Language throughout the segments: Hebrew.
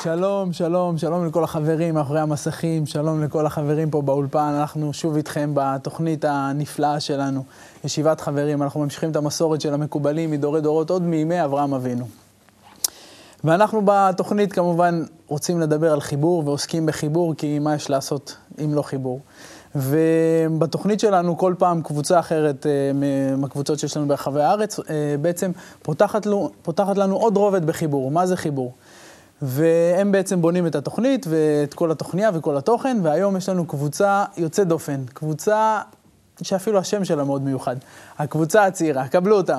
שלום, שלום, שלום לכל החברים מאחורי המסכים, שלום לכל החברים פה באולפן. אנחנו שוב איתכם בתוכנית הנפלאה שלנו, ישיבת חברים. אנחנו ממשיכים את המסורת של המקובלים מדורי דורות, עוד מימי אברהם אבינו. ואנחנו בתוכנית כמובן רוצים לדבר על חיבור ועוסקים בחיבור, כי מה יש לעשות אם לא חיבור. ובתוכנית שלנו כל פעם קבוצה אחרת מהקבוצות שיש לנו ברחבי הארץ, בעצם פותחת לנו עוד רובד בחיבור. מה זה חיבור? והם בעצם בונים את התוכנית ואת כל התוכניה וכל התוכן, והיום יש לנו קבוצה יוצאת דופן, קבוצה שאפילו השם שלה מאוד מיוחד, הקבוצה הצעירה. קבלו אותם.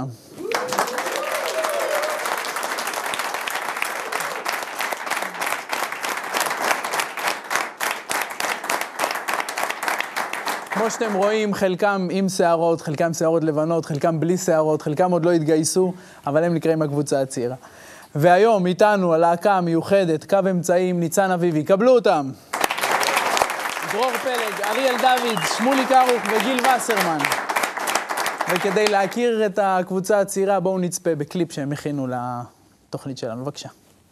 כמו שאתם רואים, חלקם עם שערות, חלקם שערות לבנות, חלקם בלי שערות, חלקם עוד לא התגייסו, אבל הם נקראים הקבוצה הצעירה. והיום איתנו הלהקה המיוחדת, קו אמצעים, ניצן אביבי. קבלו אותם. דרור פלג, אריאל דוד, שמולי קרוך וגיל וסרמן. וכדי להכיר את הקבוצה הצעירה, בואו נצפה בקליפ שהם הכינו לתוכנית שלנו. בבקשה.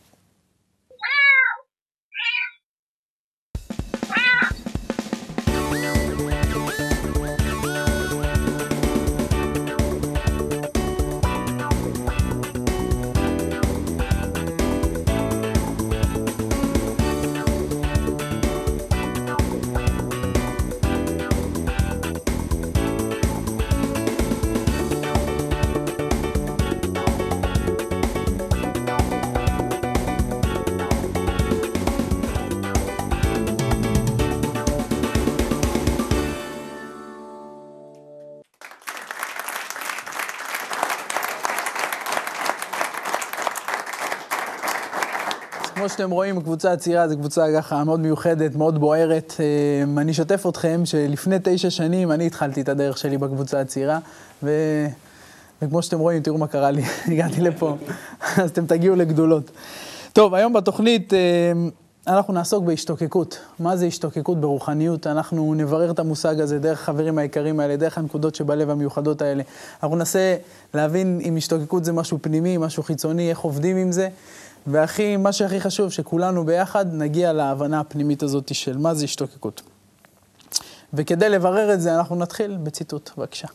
כמו שאתם רואים, הקבוצה הצעירה זו קבוצה ככה מאוד מיוחדת, מאוד בוערת. אני אשתף אתכם שלפני 9 שנים אני התחלתי את הדרך שלי בקבוצה הצעירה, וכמו שאתם רואים, תראו מה קרה לי, הגעתי לפה, אז אתם תגיעו לגדולות. טוב, היום בתוכנית אנחנו נעסוק בהשתוקקות. מה זה השתוקקות ברוחניות? אנחנו נברר את המושג הזה דרך חברים היקרים האלה, דרך הנקודות שבלב המיוחדות האלה. אנחנו ננסה להבין אם השתוקקות זה משהו פנימי, משהו חיצוני, איך עובדים עם זה. מה שהכי חשוב, שכולנו ביחד נגיע להבנה הפנימית הזאת של מה זה השתוקקות. וכדי לברר את זה, אנחנו נתחיל בציטוט. בבקשה.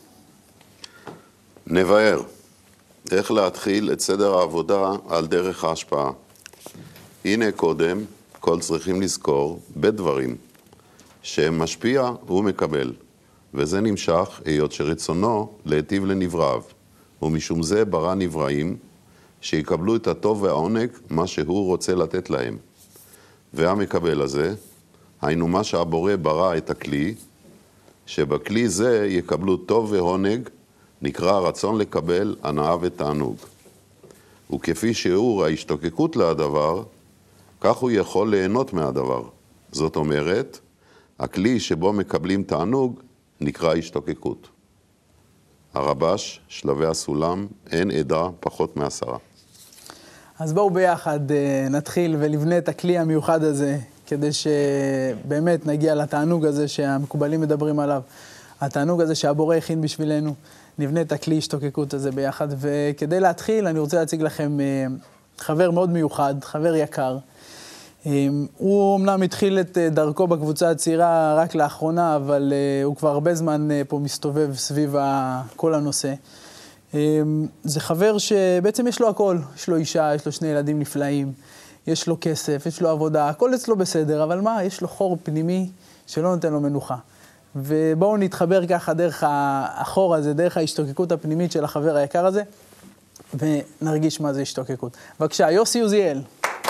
נבהר. איך להתחיל את סדר העבודה על דרך ההשפעה. הנה קודם, כל צריכים לזכור בדברים, שמשפיע הוא מקבל, וזה נמשך היות שרצונו להיטיב לנבראיו, ומשום זה ברא נבראים, שיקבלו את הטוב והעונג מה שהוא רוצה לתת להם. והמקבל הזה, היינו מה שהבורא ברא את הכלי, שבכלי זה יקבלו טוב והעונג, נקרא רצון לקבל הנאה ותענוג. וכפי שיעור ההשתוקקות להדבר, כך הוא יכול ליהנות מהדבר. זאת אומרת, הכלי שבו מקבלים תענוג נקרא השתוקקות. הרבש, שלבי הסולם, אין עדה פחות מ10. אז בואו ביחד נתחיל ולבנה את הכלי המיוחד הזה, כדי שבאמת נגיע לתענוג הזה שהמקובלים מדברים עליו. התענוג הזה שהבורא הכין בשבילנו, נבנה את הכלי השתוקקות הזה ביחד. וכדי להתחיל, אני רוצה להציג לכם חבר מאוד מיוחד, חבר יקר. הוא אמנם התחיל את דרכו בקבוצה הצעירה רק לאחרונה, אבל הוא כבר הרבה זמן פה מסתובב סביב כל הנושא. זה חבר שבעצם יש לו הכל, יש לו אישה, יש לו 2 ילדים נפלאים, יש לו כסף, יש לו עבודה, הכל אצלו בסדר, אבל מה? יש לו חור פנימי שלא נותן לו מנוחה. ובואו נתחבר ככה דרך החור הזה, דרך ההשתוקקות הפנימית של החבר היקר הזה, ונרגיש מה זה השתוקקות. בבקשה, יוסי עוזיאל.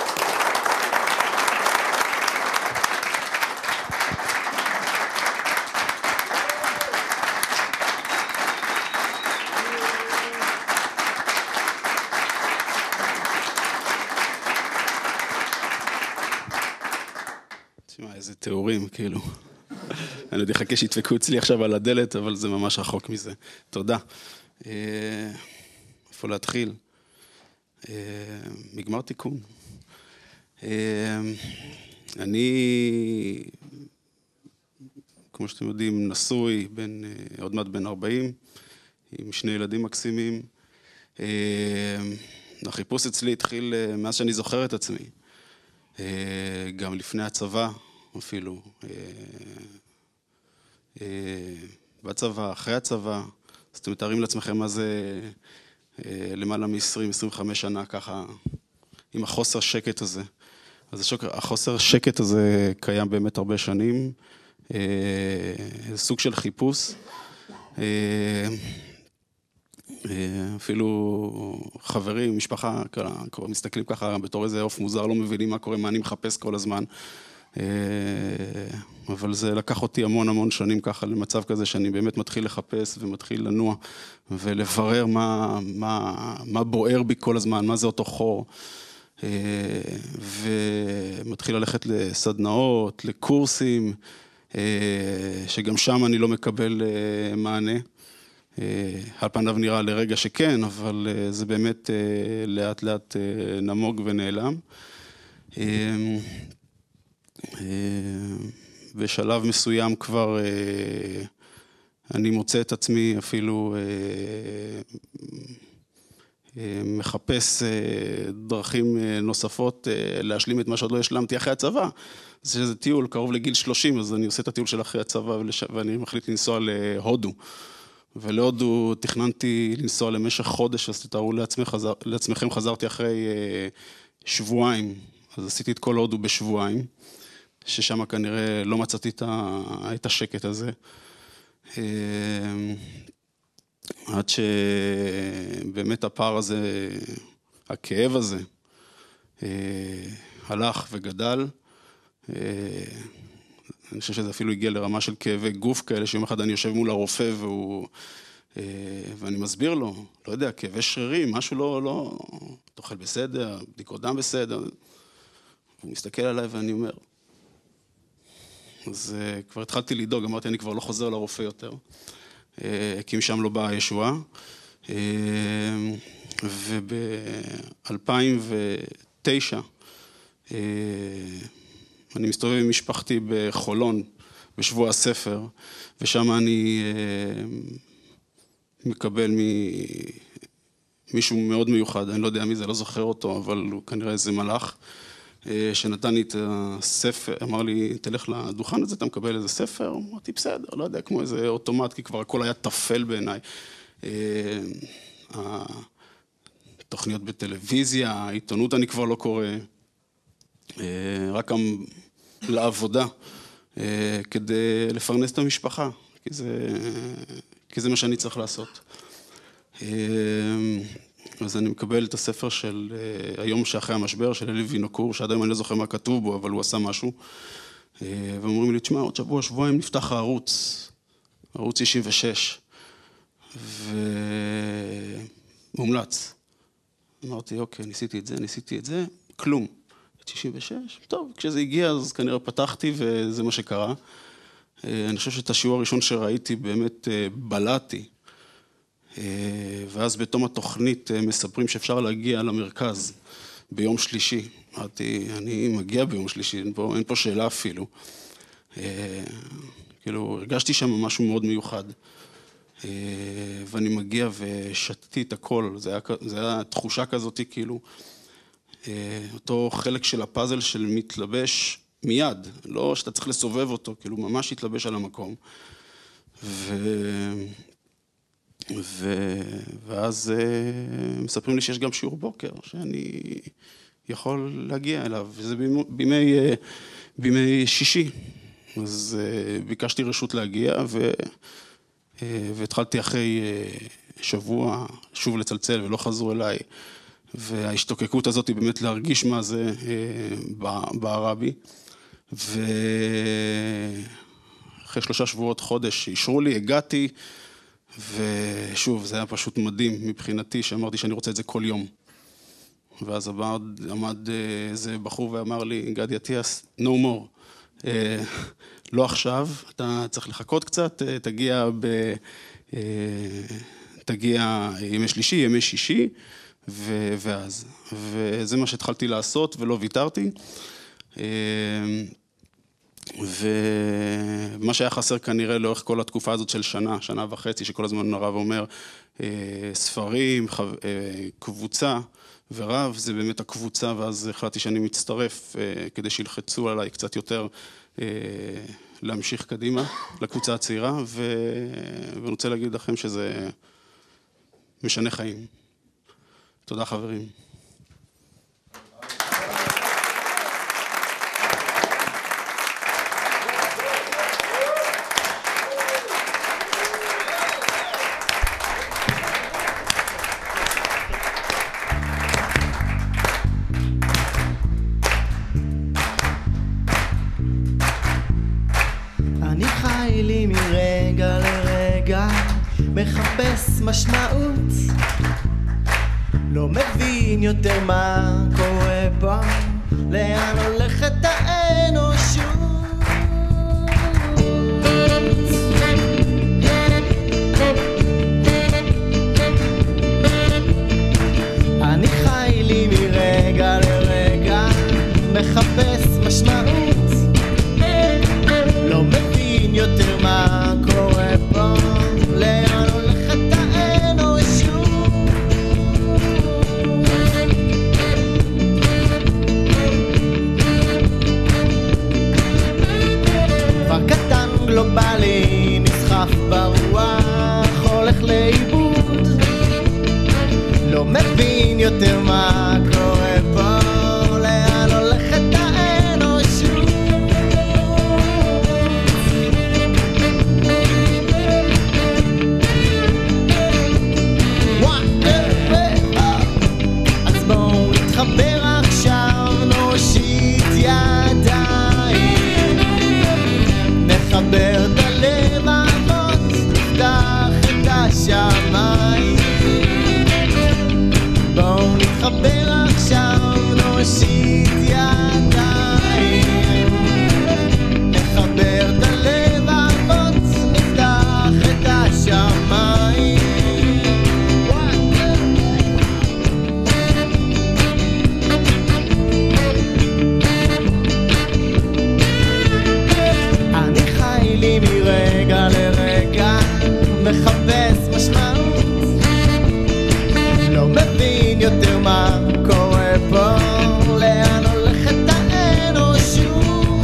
איזה תיאורים, כאילו. אני עוד אחכה שידפקו אצלי עכשיו על הדלת, אבל זה ממש רחוק מזה. תודה. איפה להתחיל? מגמר תיקון. אני, כמו שאתם יודעים, נשוי, עוד מעט בן 40, עם 2 ילדים מקסימים. החיפוש אצלי התחיל מאז שאני זוכר את עצמי. גם לפני הצבא אפילו, בצבא, אחרי הצבא, אז אתם מתארים לעצמכם מה זה למעלה מ-20-25 שנה ככה, עם החוסר שקט הזה. אז החוסר שקט הזה קיים באמת הרבה שנים, זה סוג של חיפוש. אפילו חברים, משפחה, מסתכלים ככה בתור איזה עוף מוזר, לא מבינים מה קורה, מה אני מחפש כל הזמן. אבל זה לקח אותי המון שנים ככה למצב כזה שאני באמת מתחיל לחפש ומתחיל לנוע ולברר מה בוער בי כל הזמן, מה זה אותו חור. ומתחיל ללכת לסדנאות, לקורסים, שגם שם אני לא מקבל מענה. על פניו נראה לרגע שכן, אבל זה באמת לאט לאט נמוג ונעלם. בשלב מסוים כבר אני מוצא את עצמי אפילו מחפש דרכים נוספות להשלים את מה שעוד לא השלמתי אחרי הצבא. זה טיול קרוב לגיל 30, אז אני עושה את הטיול של אחרי הצבא ואני מחליט לנסוע להודו. ולהודו תכננתי לנסוע למשך חודש, אז תתארו לעצמכם, חזרתי אחרי שבועיים, אז עשיתי את כל הודו בשבועיים, ששם כנראה לא מצאתי את השקט הזה. עד שבאמת הפער הזה, הכאב הזה, הלך וגדל. אני חושב שזה אפילו הגיע לרמה של כאבי גוף כאלה, שיום אחד אני יושב מול הרופא ואני מסביר לו, לא יודע, כאבי שרירים, משהו לא, תאכל בסדר, בדיקות דם בסדר. הוא מסתכל עליי ואני אומר, אז כבר התחלתי לדאוג, אמרתי, אני כבר לא חוזר לרופא יותר, כי משם לא באה הישועה. וב-2009, אני מסתובב עם משפחתי בחולון, בשבוע הספר, ושם אני מקבל מישהו מאוד מיוחד, אני לא יודע מי זה, לא זוכר אותו, אבל הוא כנראה איזה מלאך, שנתן לי את הספר, אמר לי, תלך לדוכן הזה, אתה מקבל איזה ספר? אמרתי, בסדר, לא יודע, כמו איזה אוטומט, כי כבר הכל היה תפל בעיניי. התוכניות בטלוויזיה, העיתונות אני כבר לא קורא, רק לעבודה, כדי לפרנס את המשפחה, כי זה מה שאני צריך לעשות. אז אני מקבל את הספר של היום שאחרי המשבר, של אלי וינוקור, שעדיין אני לא זוכר מה כתוב בו, אבל הוא עשה משהו. ואומרים לי, תשמע, עוד שבועיים נפתח הערוץ, ערוץ 66, ומומלץ. אמרתי, אוקיי, ניסיתי את זה, כלום. 66, טוב, כשזה הגיע אז כנראה פתחתי וזה מה שקרה. אני חושב שאת השיעור הראשון שראיתי באמת בלעתי, ואז בתום התוכנית מספרים שאפשר להגיע למרכז ביום שלישי. אמרתי, אני מגיע ביום שלישי, אין פה שאלה אפילו. כאילו, הרגשתי שם משהו מאוד מיוחד. ואני מגיע ושתתי את הכל, זה היה תחושה כזאת כאילו, אותו חלק של הפאזל של מתלבש מיד, לא שאתה צריך לסובב אותו, כאילו ממש התלבש על המקום. ואז מספרים לי שיש גם שיעור בוקר, שאני יכול להגיע אליו, וזה בימי שישי. אז ביקשתי רשות להגיע, והתחלתי אחרי שבוע שוב לצלצל ולא חזרו אליי. וההשתוקקות הזאת היא באמת להרגיש מה זה בערבי. ואחרי 3 שבועות, חודש, אישרו לי, הגעתי, ושוב, זה היה פשוט מדהים מבחינתי, שאמרתי שאני רוצה את זה כל יום. ואז עמד איזה בחור ואמר לי, גדי אטיאס, no more. לא עכשיו, אתה צריך לחכות קצת, תגיע ימי שלישי, ימי שישי, ואז. וזה מה שהתחלתי לעשות ולא ויתרתי. ומה שהיה חסר כנראה לאורך כל התקופה הזאת של שנה וחצי, שכל הזמן הרב אומר, ספרים, קבוצה ורב, זה באמת הקבוצה, ואז החלטתי שאני מצטרף כדי שילחצו עליי קצת יותר להמשיך קדימה לקבוצה הצעירה, ואני רוצה להגיד לכם שזה משנה חיים. תודה חברים. מחפש משמעות, לא מבין יותר מה קורה פה, לאן הולכת האנושות. אני חי לי מרגע לרגע, מחפש משמעות, לא מבין יותר מה קורה פה, לאן הולכת האנושות. כבר קטן גלובלי נסחף ברוח, הולך לאיבוד, לא מבין יותר מה קורה פה, לאן הולכת האנושות. אז בואו נתחבר עכשיו, נושיט ידיים, נחבר את הלבבות, נפתח את השמיים. בואו נתחבר עכשיו, נושיט ידיים, נחבר את הלבבות, נפתח את השמיים. אני חי לי מרגע לרגע, מחפש משמעות, לא מבין יותר מה קורה פה, לאן הולכת האנושות.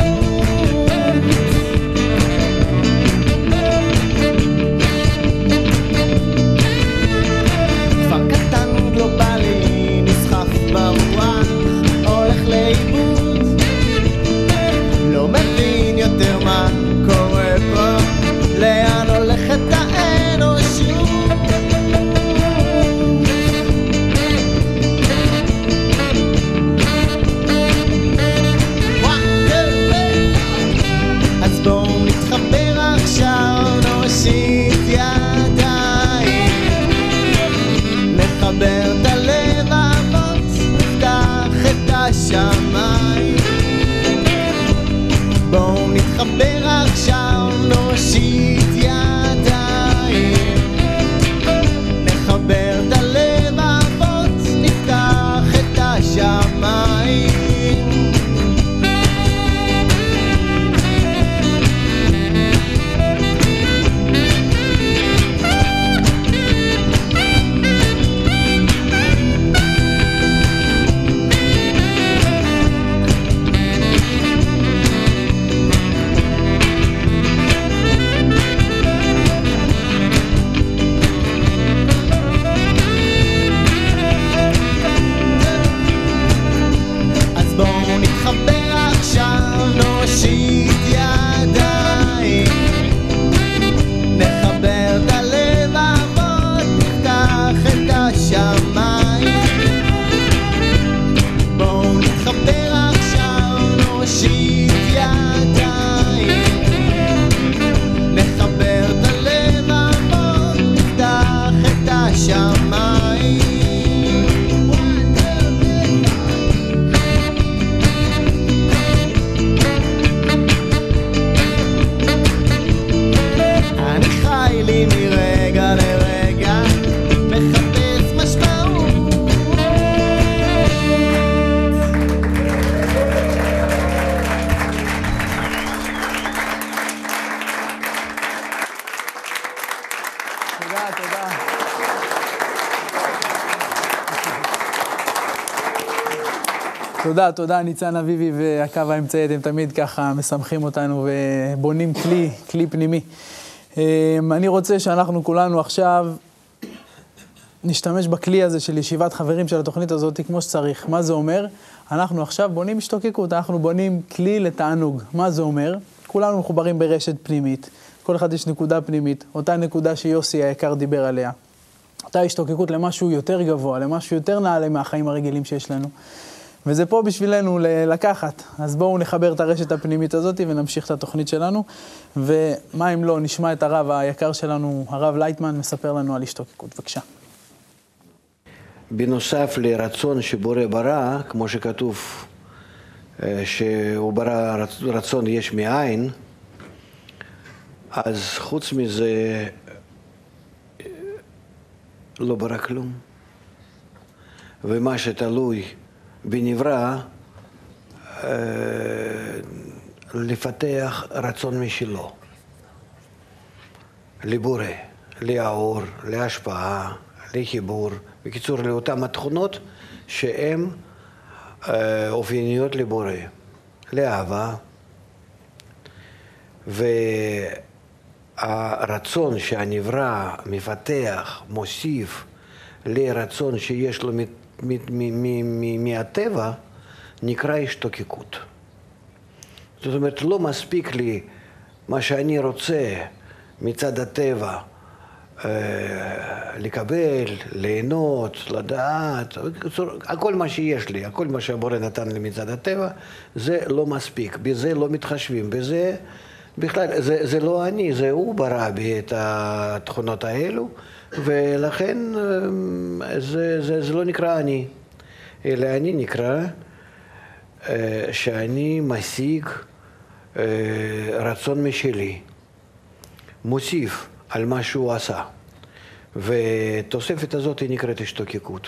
כבר קטן גלובלי נסחף ברוח, הולך לאיבוד, לא מבין יותר מה קורה פה, לאן הולכת האנושות. אז בואו נתחבר עכשיו, נושיט ידיים, נחבר את הלבבות, נפתח את השמיים. בואו נתחבר עכשיו, נושיט ידיים, נחבר את הלבבות, נפתח את השמיים. תודה. תודה, ניצן אביבי והקו האמצעי, אתם תמיד ככה משמחים אותנו ובונים כלי פנימי. אני רוצה שאנחנו כולנו עכשיו נשתמש בכלי הזה של ישיבת חברים של התוכנית הזאת כמו שצריך. מה זה אומר? אנחנו עכשיו בונים השתוקקות, אנחנו בונים כלי לתענוג. מה זה אומר? כולנו מחוברים ברשת פנימית, כל אחד יש נקודה פנימית, אותה נקודה שיוסי היקר דיבר עליה. אותה השתוקקות למשהו יותר גבוה, למשהו יותר נעלה מהחיים הרגילים שיש לנו. וזה פה בשבילנו לקחת. אז בואו נחבר את הרשת הפנימית הזאת ונמשיך את התוכנית שלנו. ומה אם לא, נשמע את הרב היקר שלנו, הרב לייטמן, מספר לנו על השתוקקות. בבקשה. בנוסף לרצון שבורא ברא, כמו שכתוב, שהוא ברא רצון יש מאין, אז חוץ מזה לא ברא כלום. ומה שתלוי בנברא, לפתח רצון משלו, לבורא, לאור, להשפעה, לחיבור, בקיצור לאותן התכונות שהן אופייניות לבורא, לאהבה, והרצון שהנברא מפתח, מוסיף לרצון שיש לו מהטבע, נקרא השתוקקות. זאת אומרת, לא מספיק לי מה שאני רוצה מצד הטבע, לקבל, ליהנות, לדעת, הכל מה שיש לי, הכל מה שהבורא נתן לי מצד הטבע, זה לא מספיק, בזה לא מתחשבים, בזה בכלל, זה לא אני, זה הוא ברא בי את התכונות האלו, ולכן זה לא נקרא אני, אלא אני נקרא שאני משיג רצון משלי, מוסיף על מה שהוא עשה, ותוספת הזאת היא נקראת השתוקקות.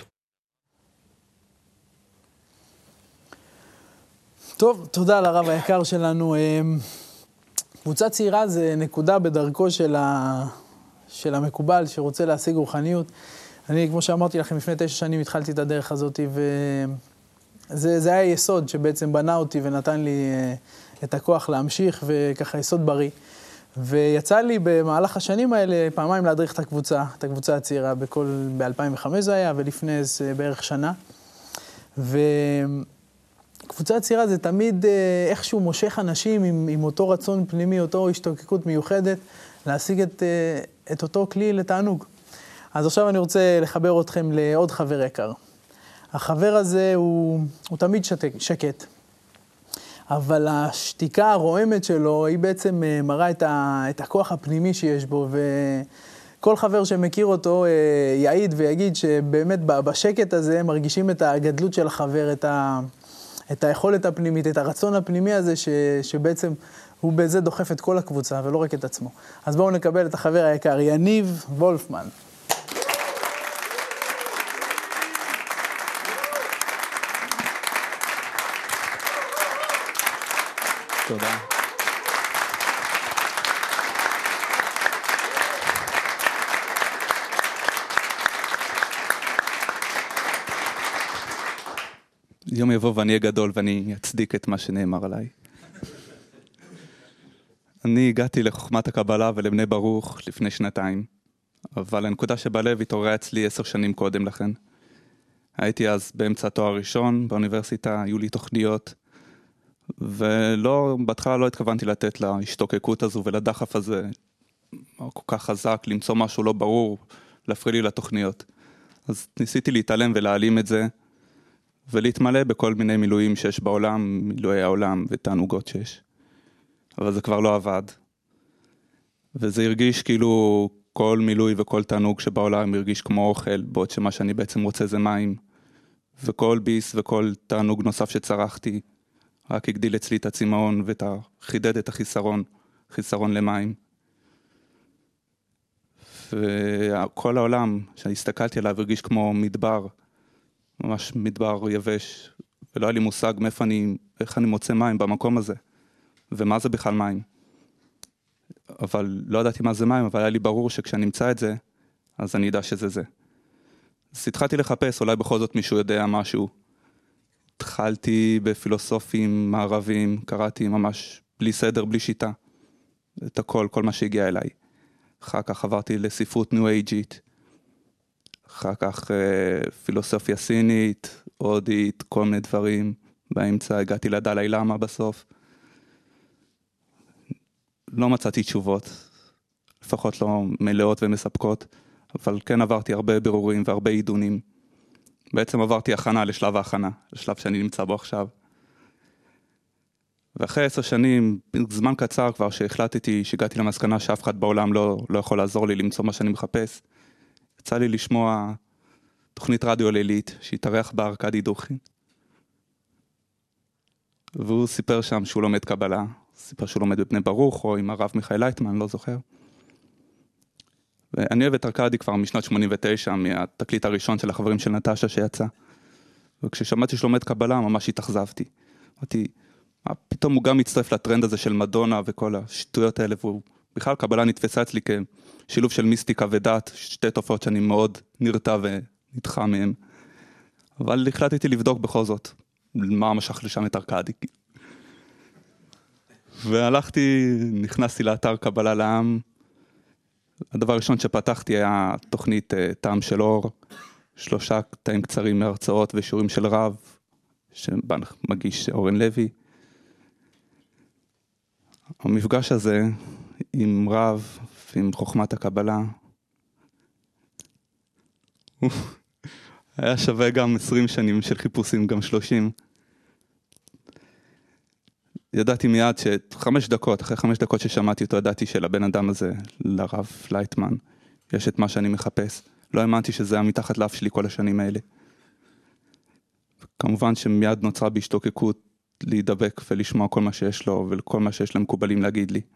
טוב, תודה לרב היקר שלנו. קבוצה צעירה זה נקודה בדרכו של המקובל שרוצה להשיג רוחניות. אני, כמו שאמרתי לכם, לפני 9 שנים התחלתי את הדרך הזאת, וזה היה יסוד שבעצם בנה אותי ונתן לי את הכוח להמשיך, וככה יסוד בריא. ויצא לי במהלך השנים האלה פעמיים להדריך את הקבוצה הצעירה, ב-2005 זה היה, ולפני זה בערך שנה. וקבוצה הצעירה זה תמיד איכשהו מושך אנשים עם אותו רצון פנימי, אותו השתוקקות מיוחדת, להשיג את אותו כלי לתענוג. אז עכשיו אני רוצה לחבר אתכם לעוד חבר יקר. החבר הזה הוא תמיד שקט. אבל השתיקה הרועמת שלו היא בעצם מראה את הכוח הפנימי שיש בו, וכל חבר שמכיר אותו יעיד ויגיד שבאמת בשקט הזה מרגישים את הגדלות של החבר, את היכולת הפנימית, את הרצון הפנימי הזה שבעצם הוא בזה דוחף את כל הקבוצה ולא רק את עצמו. אז בואו נקבל את החבר היקר, יניב וולפמן. תודה. יום יבוא ואני אהיה גדול ואני אצדיק את מה שנאמר עליי. אני הגעתי לחוכמת הקבלה ולבני ברוך לפני 2 אבל הנקודה שבלב התעוררה אצלי 10 שנים קודם לכן. הייתי אז באמצע תואר ראשון באוניברסיטה, היו לי תוכניות, בהתחלה לא התכוונתי לתת להשתוקקות הזו ולדחף הזה כל כך חזק, למצוא משהו לא ברור, להפריע לי לתוכניות. אז ניסיתי להתעלם ולהעלים את זה, ולהתמלא בכל מיני מילואים שיש בעולם, מילואי העולם ותענוגות שיש. אבל זה כבר לא עבד. וזה הרגיש כאילו כל מילוי וכל תענוג שבעולם הרגיש כמו אוכל, בעוד שמה שאני בעצם רוצה זה מים. וכל ביס וכל תענוג נוסף שצרכתי, רק הגדיל אצלי את הצמאון וחידד את חיסרון למים. וכל העולם שהסתכלתי עליו הרגיש כמו מדבר, ממש מדבר יבש, ולא היה לי מושג איך אני מוצא מים במקום הזה, ומה זה בכלל מים. אבל לא ידעתי מה זה מים, אבל היה לי ברור שכשאני אמצא את זה, אז אני יודע שזה זה. אז התחלתי לחפש, אולי בכל זאת מישהו יודע משהו. התחלתי בפילוסופים מערבים, קראתי ממש בלי סדר, בלי שיטה. את הכל, כל מה שהגיע אליי. אחר כך עברתי לספרות ניו אייג'ית. אחר כך פילוסופיה סינית, הודית, כל מיני דברים. באמצע הגעתי לדלאי למה בסוף. לא מצאתי תשובות, לפחות לא מלאות ומספקות, אבל כן עברתי הרבה בירורים והרבה עידונים. בעצם עברתי הכנה לשלב ההכנה, לשלב שאני נמצא בו עכשיו. ואחרי 10 שנים, זמן קצר כבר שהחלטתי, שהגעתי למסקנה שאף אחד בעולם לא יכול לעזור לי למצוא מה שאני מחפש, יצא לי לשמוע תוכנית רדיו לילית שהתארח בה ארקדי דוכין. והוא סיפר שם שהוא לומד קבלה, סיפר שהוא לומד בבני ברוך או עם הרב מיכאל לייטמן, לא זוכר. ואני אוהב את ארקדי כבר משנת 89, מהתקליט הראשון של החברים של נטשה שיצא. וכששמעתי שלומד קבלה ממש התאכזבתי. אמרתי, פתאום הוא גם מצטרף לטרנד הזה של מדונה וכל השטויות האלה, והוא בכלל קבלה נתפסה אצלי כשילוב של מיסטיקה ודת, שתי תופעות שאני מאוד נרתע ונדחה מהם. אבל החלטתי לבדוק בכל זאת, מה משך לשם את ארקדי. והלכתי, נכנסתי לאתר קבלה לעם. הדבר הראשון שפתחתי היה תוכנית טעם של אור, 3 קטעים קצרים מהרצאות ושיעורים של רב, שמגיש אורן לוי. המפגש הזה עם רב ועם חוכמת הקבלה, היה שווה גם 20 שנים של חיפושים, גם 30. ידעתי מיד אחרי 5 דקות ששמעתי אותו, ידעתי שלבן אדם הזה, לרב לייטמן, יש את מה שאני מחפש. לא האמנתי שזה היה מתחת לאף שלי כל השנים האלה. כמובן שמיד נוצרה בהשתוקקות להידבק ולשמוע כל מה שיש לו, וכל מה שיש למקובלים להגיד לי.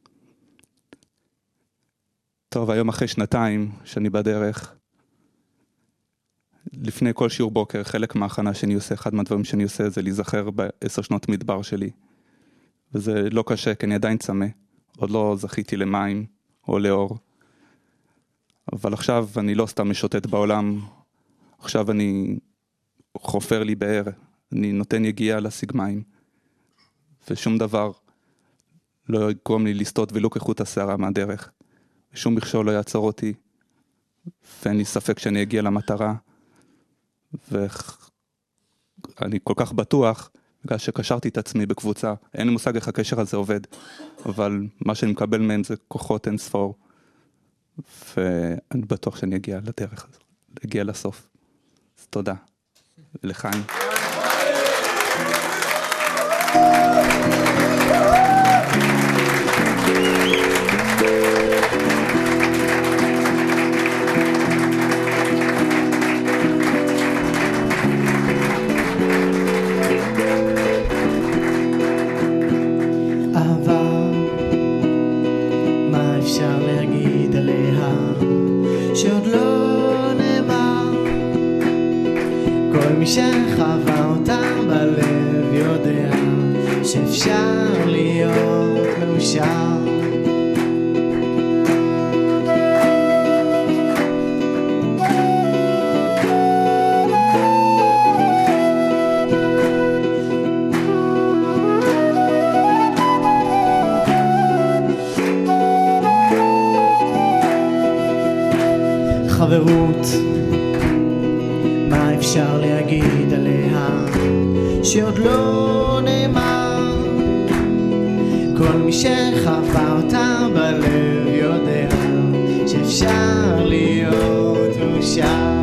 טוב, היום אחרי 2 שאני בדרך, לפני כל שיעור בוקר, חלק מההכנה שאני עושה, אחד מהדברים שאני עושה, זה להיזכר ב10 שנות מדבר שלי. וזה לא קשה, כי אני עדיין צמא. עוד לא זכיתי למים או לאור. אבל עכשיו אני לא סתם משוטט בעולם. עכשיו אני חופר לי באר. אני נותן יגיעה להשיג מים. ושום דבר לא יגרום לי לסטות ולו כחוט השערה מהדרך. ושום מכשול לא יעצור אותי. ואין לי ספק שאני אגיע למטרה. ואני כל כך בטוח, בגלל שקשרתי את עצמי בקבוצה, אין לי מושג איך הקשר הזה עובד, אבל מה שאני מקבל מהם זה כוחות אין ספור, ואני בטוח שאני אגיע לדרך הזאת, אגיע לסוף. אז תודה. לחיים. שעוד לא נאמר, כל מי שחווה אותה בלב יודע שאפשר להיות מאושר. חברות, מה אפשר להגיד עליה שעוד לא נאמר, כל מי שחווה אותה בלב יודע שאפשר להיות מאושר.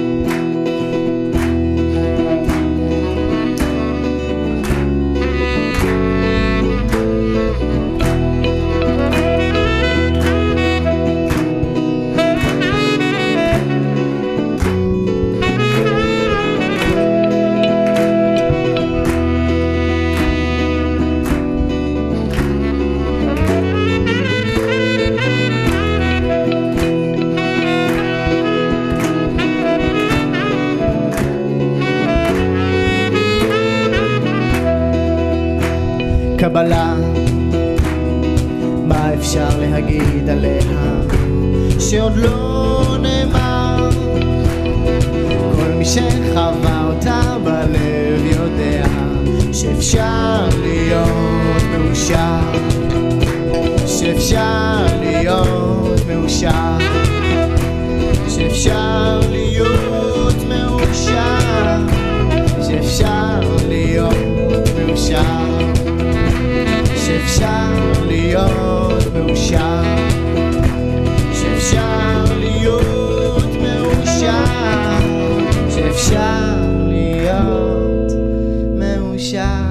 קבלה, מה אפשר להגיד עליה שעוד לא נאמר, כל מי שחווה אותה בלב יודע שאפשר להיות מאושר, שאפשר להיות מאושר, שאפשר להיות מאושר, שאפשר להיות מאושר, שאפשר להיות מאושר, שאפשר להיות מאושר, שאפשר להיות מאושר.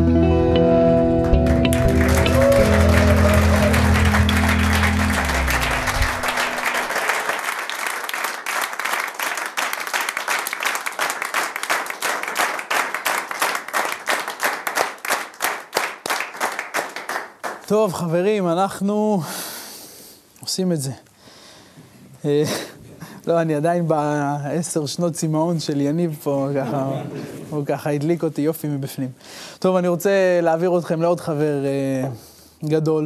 טוב, חברים, אנחנו עושים את זה. לא, אני עדיין ב10 שנות צמאון של יניב פה, ככה, הוא ככה הדליק אותי יופי מבפנים. טוב, אני רוצה להעביר אתכם לעוד חבר גדול,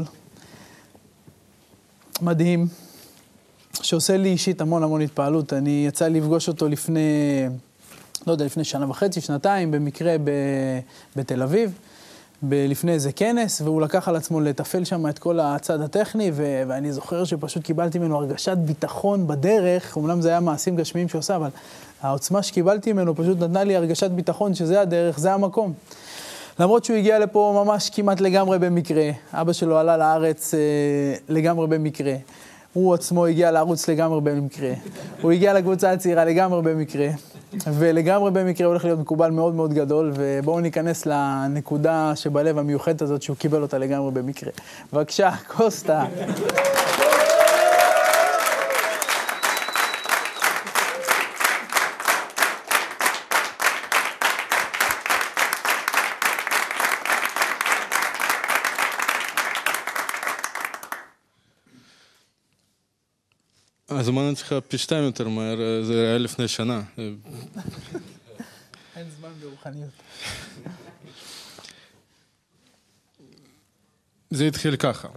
מדהים, שעושה לי אישית המון התפעלות. אני יצא לפגוש אותו לפני, לא יודע, לפני שנה וחצי, שנתיים, במקרה בתל אביב. לפני איזה כנס, והוא לקח על עצמו לטפל שם את כל הצד הטכני, ואני זוכר שפשוט קיבלתי ממנו הרגשת ביטחון בדרך, אומנם זה היה מעשים גשמיים שעושה, אבל העוצמה שקיבלתי ממנו פשוט נתנה לי הרגשת ביטחון שזה הדרך, זה המקום. למרות שהוא הגיע לפה ממש כמעט לגמרי במקרה, אבא שלו עלה לארץ לגמרי במקרה, הוא עצמו הגיע לערוץ לגמרי במקרה, הוא הגיע לקבוצה הצעירה לגמרי במקרה, ולגמרי במקרה הולך להיות מקובל מאוד גדול, ובואו ניכנס לנקודה שבלב המיוחדת הזאת שהוא קיבל אותה לגמרי במקרה. בבקשה, קוסטה. הזמן אצלך פי 2 יותר מהר, זה היה לפני שנה. אין זמן ברוחניות. זה התחיל ככה.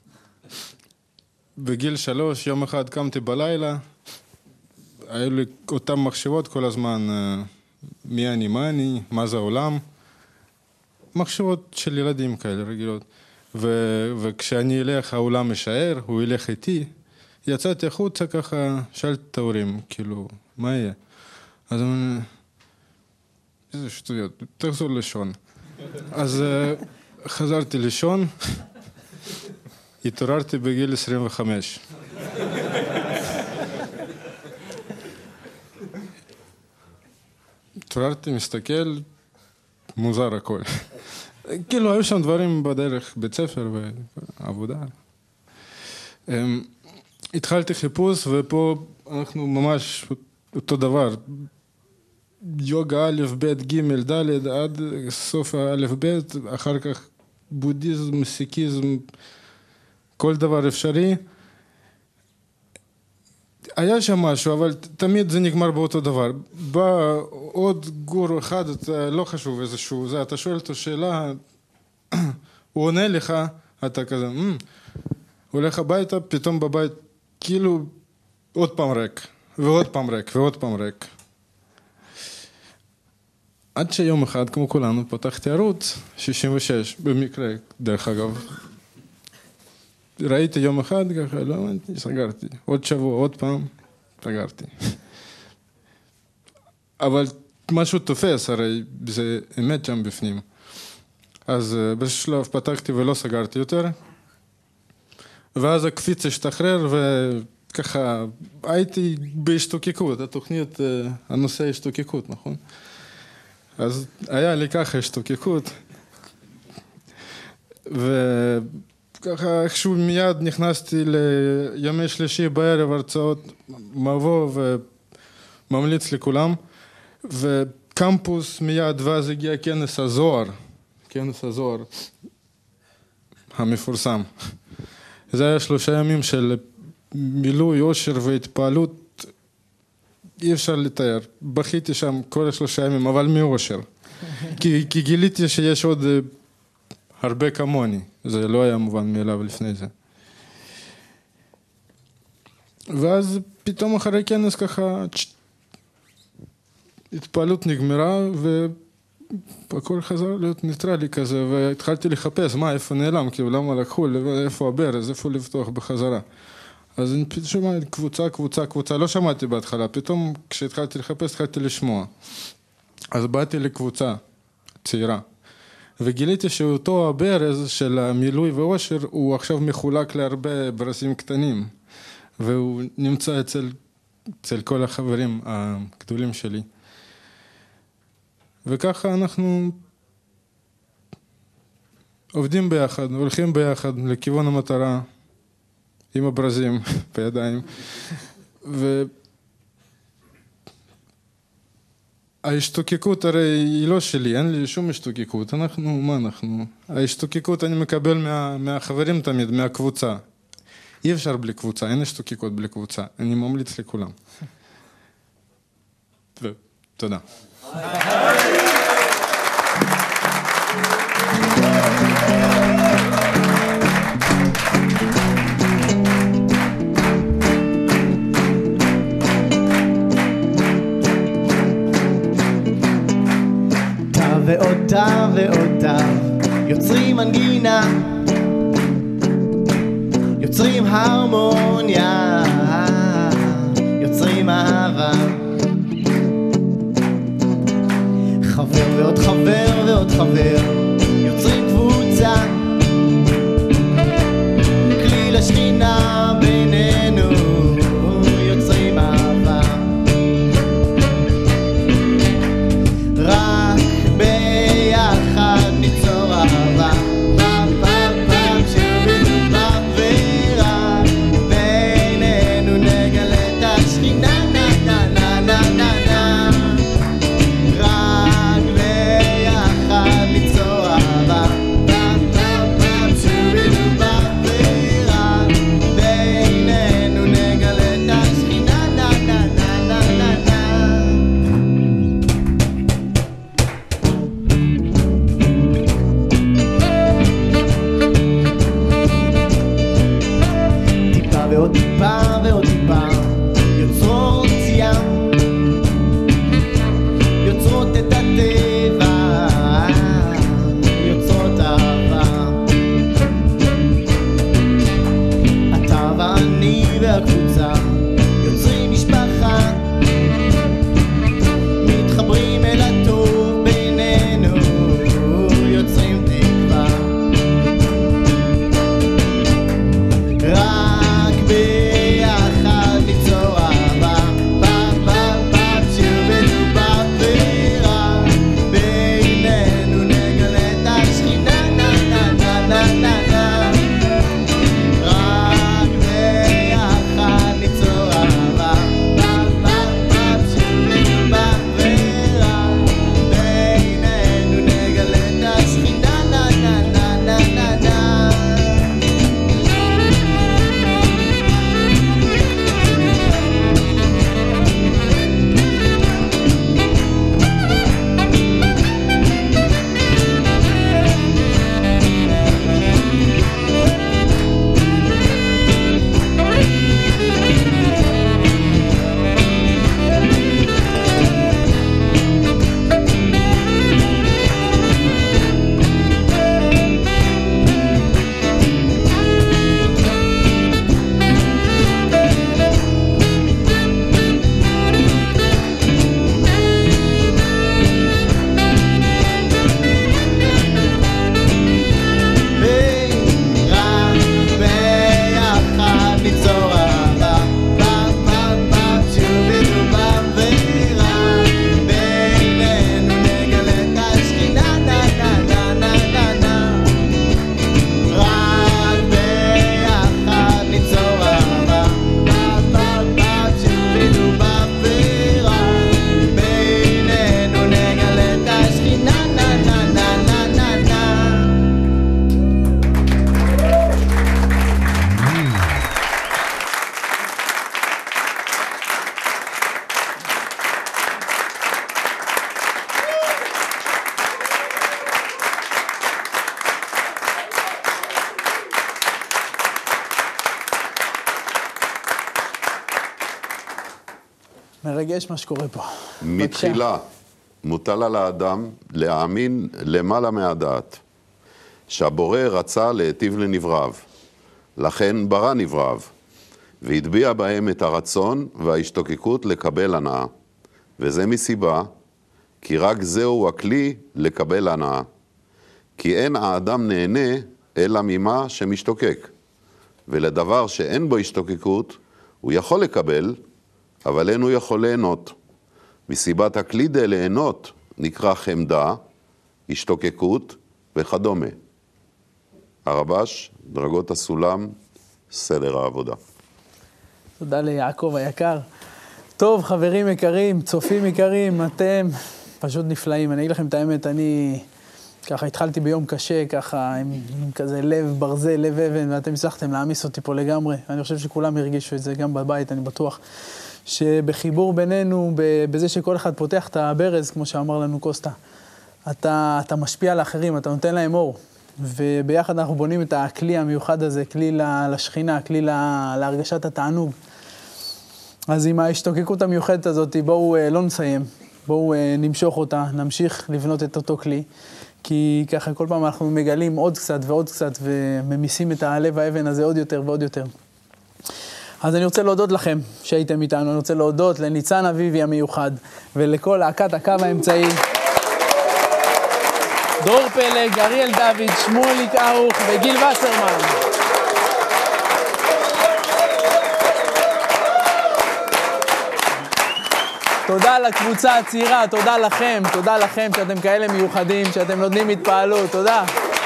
בגיל 3, יום אחד קמתי בלילה, היו לי אותם מחשבות כל הזמן, מי אני, מה אני, מה זה העולם. מחשבות של ילדים כאלה רגילות. וכשאני אלך, העולם יישאר, הוא ילך איתי. יצאתי החוצה ככה, שאלתי את ההורים, כאילו, מה יהיה? אז אמרו, איזה שטויות, תחזור לישון. אז חזרתי לישון, התעוררתי בגיל 25. התעוררתי, מסתכל, מוזר הכל. כאילו, היו שם דברים בדרך, בית ספר ועבודה. התחלתי חיפוש, ופה אנחנו ממש אותו דבר. יוגה א', ב', ג', ד', עד סוף א', ב', אחר כך בודהיזם, סיקיזם, כל דבר אפשרי. היה שם משהו, אבל תמיד זה נגמר באותו דבר. בא עוד גורו אחד, לא חשוב איזשהו, זה, אתה שואל אותו שאלה, הוא עונה לך, אתה כזה, הולך הביתה, פתאום בבית, כאילו עוד פעם ריק, ועוד פעם ריק, ועוד פעם ריק. עד שיום אחד, כמו כולנו, פתחתי ערוץ 66, במקרה, דרך אגב. ראיתי יום אחד, ככה, לא אמרתי, סגרתי. עוד שבוע, עוד פעם, סגרתי. אבל משהו תופס, הרי זה אמת שם בפנים. אז בשלב פתחתי ולא סגרתי יותר. ואז הקפיץ השתחרר, וככה הייתי בהשתוקקות, התוכנית, הנושא השתוקקות, נכון? אז היה לי ככה השתוקקות, וככה איכשהו מיד נכנסתי לימי שלישי בערב הרצאות מבוא וממליץ לכולם, וקמפוס מיד, ואז הגיע כנס הזוהר המפורסם. זה היה 3 ימים של מילוי, אושר והתפעלות, אי אפשר לתאר. בכיתי שם כל 3 ימים, אבל מאושר. כי גיליתי שיש עוד הרבה כמוני. זה לא היה מובן מאליו לפני זה. ואז פתאום אחרי כנס ככה, התפעלות נגמרה, והכל חזר להיות ניטרלי כזה, והתחלתי לחפש, איפה נעלם, כאילו, למה לקחו, איפה הברז, איפה לפתוח בחזרה. אז אני פתאום שומע קבוצה, לא שמעתי בהתחלה, פתאום כשהתחלתי לחפש, התחלתי לשמוע. אז באתי לקבוצה צעירה, וגיליתי שאותו הברז של המילוי ואושר, הוא עכשיו מחולק להרבה ברזים קטנים, והוא נמצא אצל כל החברים הגדולים שלי. וככה אנחנו עובדים ביחד, הולכים ביחד לכיוון המטרה, עם הברזים בידיים. ההשתוקקות הרי היא לא שלי, אין לי שום השתוקקות. מה אנחנו? ההשתוקקות אני מקבל מהחברים תמיד, מהקבוצה. אי אפשר בלי קבוצה, אין השתוקקות בלי קבוצה. אני ממליץ לכולם. ותודה. ועוד תו ועוד תו, יוצרים מנגינה, יוצרים הרמוניה, יוצרים אהבה. חבר ועוד חבר ועוד חבר, יוצרים קבוצה, כלי לשכינה בינינו, יוצרים אהבה. רק ביחד ניצור אהבה, פעם פעם פעם שבינו בעבירה, בינינו נגלה את השכינה, נה נה נה נה נה נה. רק ביחד ניצור אהבה, פעם פעם פעם שבינו בעבירה, בינינו נגלה את השכינה, נה נה נה נה נה נה. טיפה ועוד טיפה ועוד טיפה, יוצרות ים, יוצרות את הטבע, יוצרות אהבה. אתה ואני והקבוצה, יוצרים משפחה, מתחברים אל הטוב בינינו, יוצרים תקווה. רק ביחד ניצור אהבה, פעם פעם פעם שבינו בעבירה, בינינו נגלה את השכינה, נה נה נה נה נה נה. רק ביחד ניצור מרגש מה שקורה פה. מתחילה מוטל על האדם להאמין למעלה מהדעת, שהבורא רצה להיטיב לנבריו, לכן ברא נבריו, והטביע בהם את הרצון וההשתוקקות לקבל הנאה, וזה מסיבה, כי רק זהו הכלי לקבל הנאה, כי אין האדם נהנה אלא ממה שמשתוקק, ולדבר שאין בו השתוקקות הוא יכול לקבל, אבל אין הוא יכול ליהנות. מסיבת הכלי דה ליהנות נקרא חמדה, השתוקקות וכדומה. הרבש, דרגות הסולם, סדר העבודה. תודה ליעקב היקר. טוב, חברים יקרים, צופים יקרים, אתם פשוט נפלאים. אני אגיד לכם את האמת, אני ככה התחלתי ביום קשה, ככה עם כזה לב ברזל, לב אבן, ואתם הצלחתם להעמיס אותי פה לגמרי. אני חושב שכולם הרגישו את זה גם בבית, אני בטוח. שבחיבור בינינו, בזה שכל אחד פותח את הברז, כמו שאמר לנו קוסטה, אתה משפיע על האחרים, אתה נותן להם אור. וביחד אנחנו בונים את הכלי המיוחד הזה, כלי לשכינה, כלי להרגשת התענוג. אז עם ההשתוקקות המיוחדת הזאת, בואו לא נסיים, בואו נמשוך אותה, נמשיך לבנות את אותו כלי, כי ככה כל פעם אנחנו מגלים עוד קצת ועוד קצת, וממיסים את הלב האבן הזה עוד יותר ועוד יותר. אז אני רוצה להודות לכם שהייתם איתנו, אני רוצה להודות לניצן אביבי המיוחד, ולכל להקת הקו האמצעי, דור פלג, אריאל דוד, שמואליק ארוך וגיל וסרמן. תודה לקבוצה הצעירה, תודה לכם שאתם כאלה מיוחדים, שאתם נותנים התפעלות, תודה.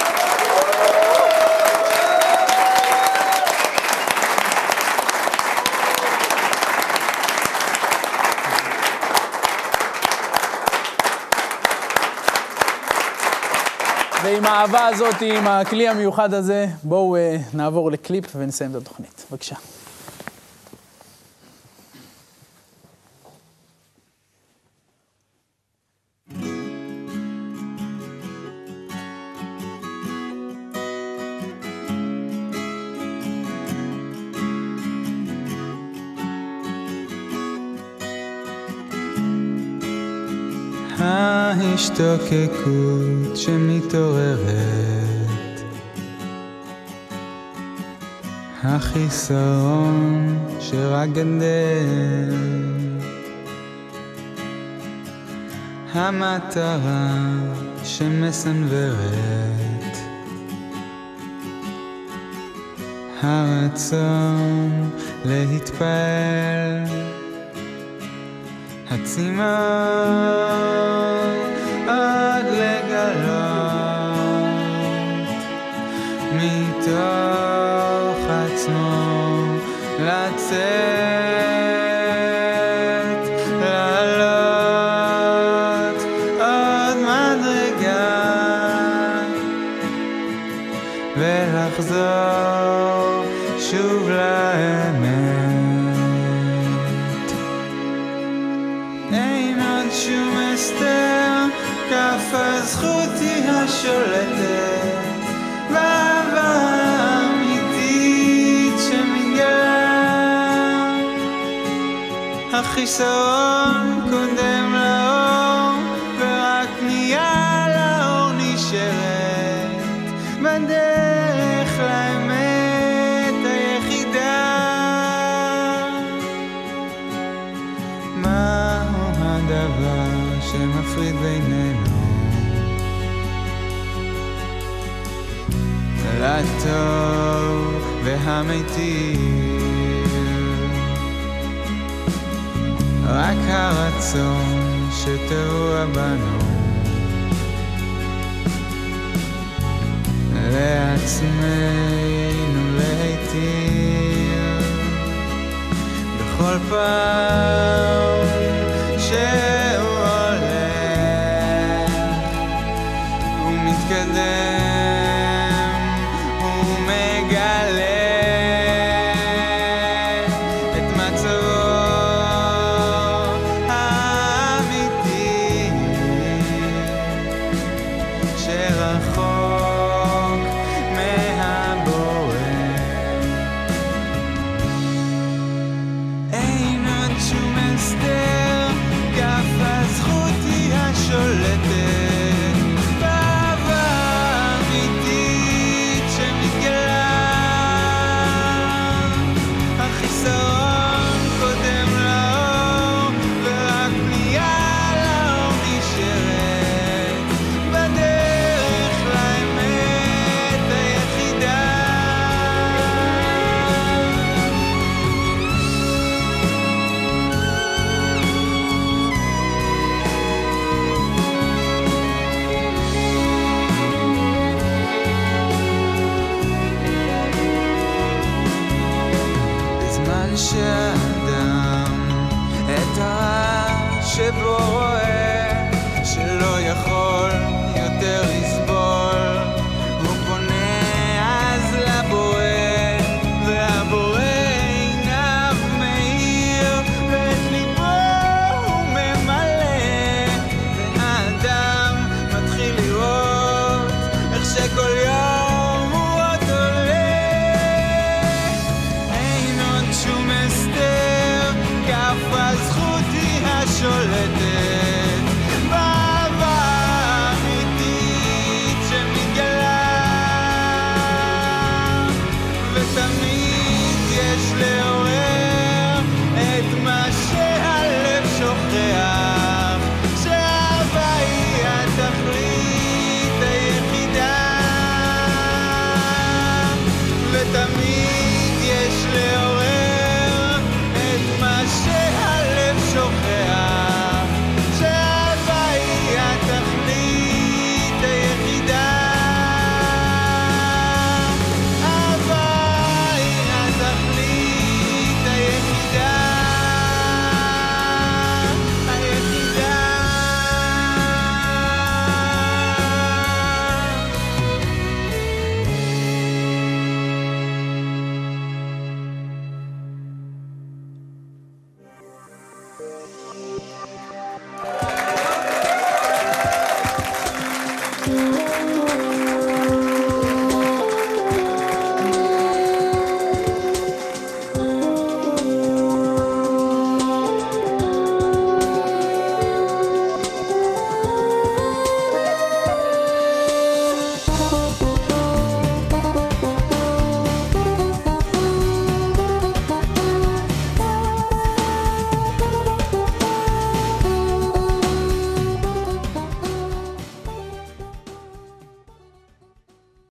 ועם האהבה הזאת, עם הכלי המיוחד הזה, בואו נעבור לקליפ ונסיים את התוכנית. בבקשה. ההשתוקקות שמתעוררת, החיסרון שרק גדל, המטרה שמסנוורת, הרצון להתפעל, הצימון עד לגלות מתוך עצמו לצאת, לעלות עוד מדרגה ולחזור שוב לאמת. אין עוד שום הסתר, כף הזכות היא השולטת, ואהבה אמיתית שמתגלה. החיסרון קודם לאור, ורק פנייה לאור נשארת בדרך לאמת היחידה. מהו הדבר שמפריד בינינו? לטוב והמיטיב, רק הרצון שטבוע בנו לעצמנו להיטיב בכל פעם שהוא הולך ומתקדם. שולטת באהבה אמיתית שמתגלה. החיסרון קודם לאור, ורק פנייה לאור נשארת בדרך לאמת היחידה. בזמן שהאדם את הרע שבו רואה שלא יכול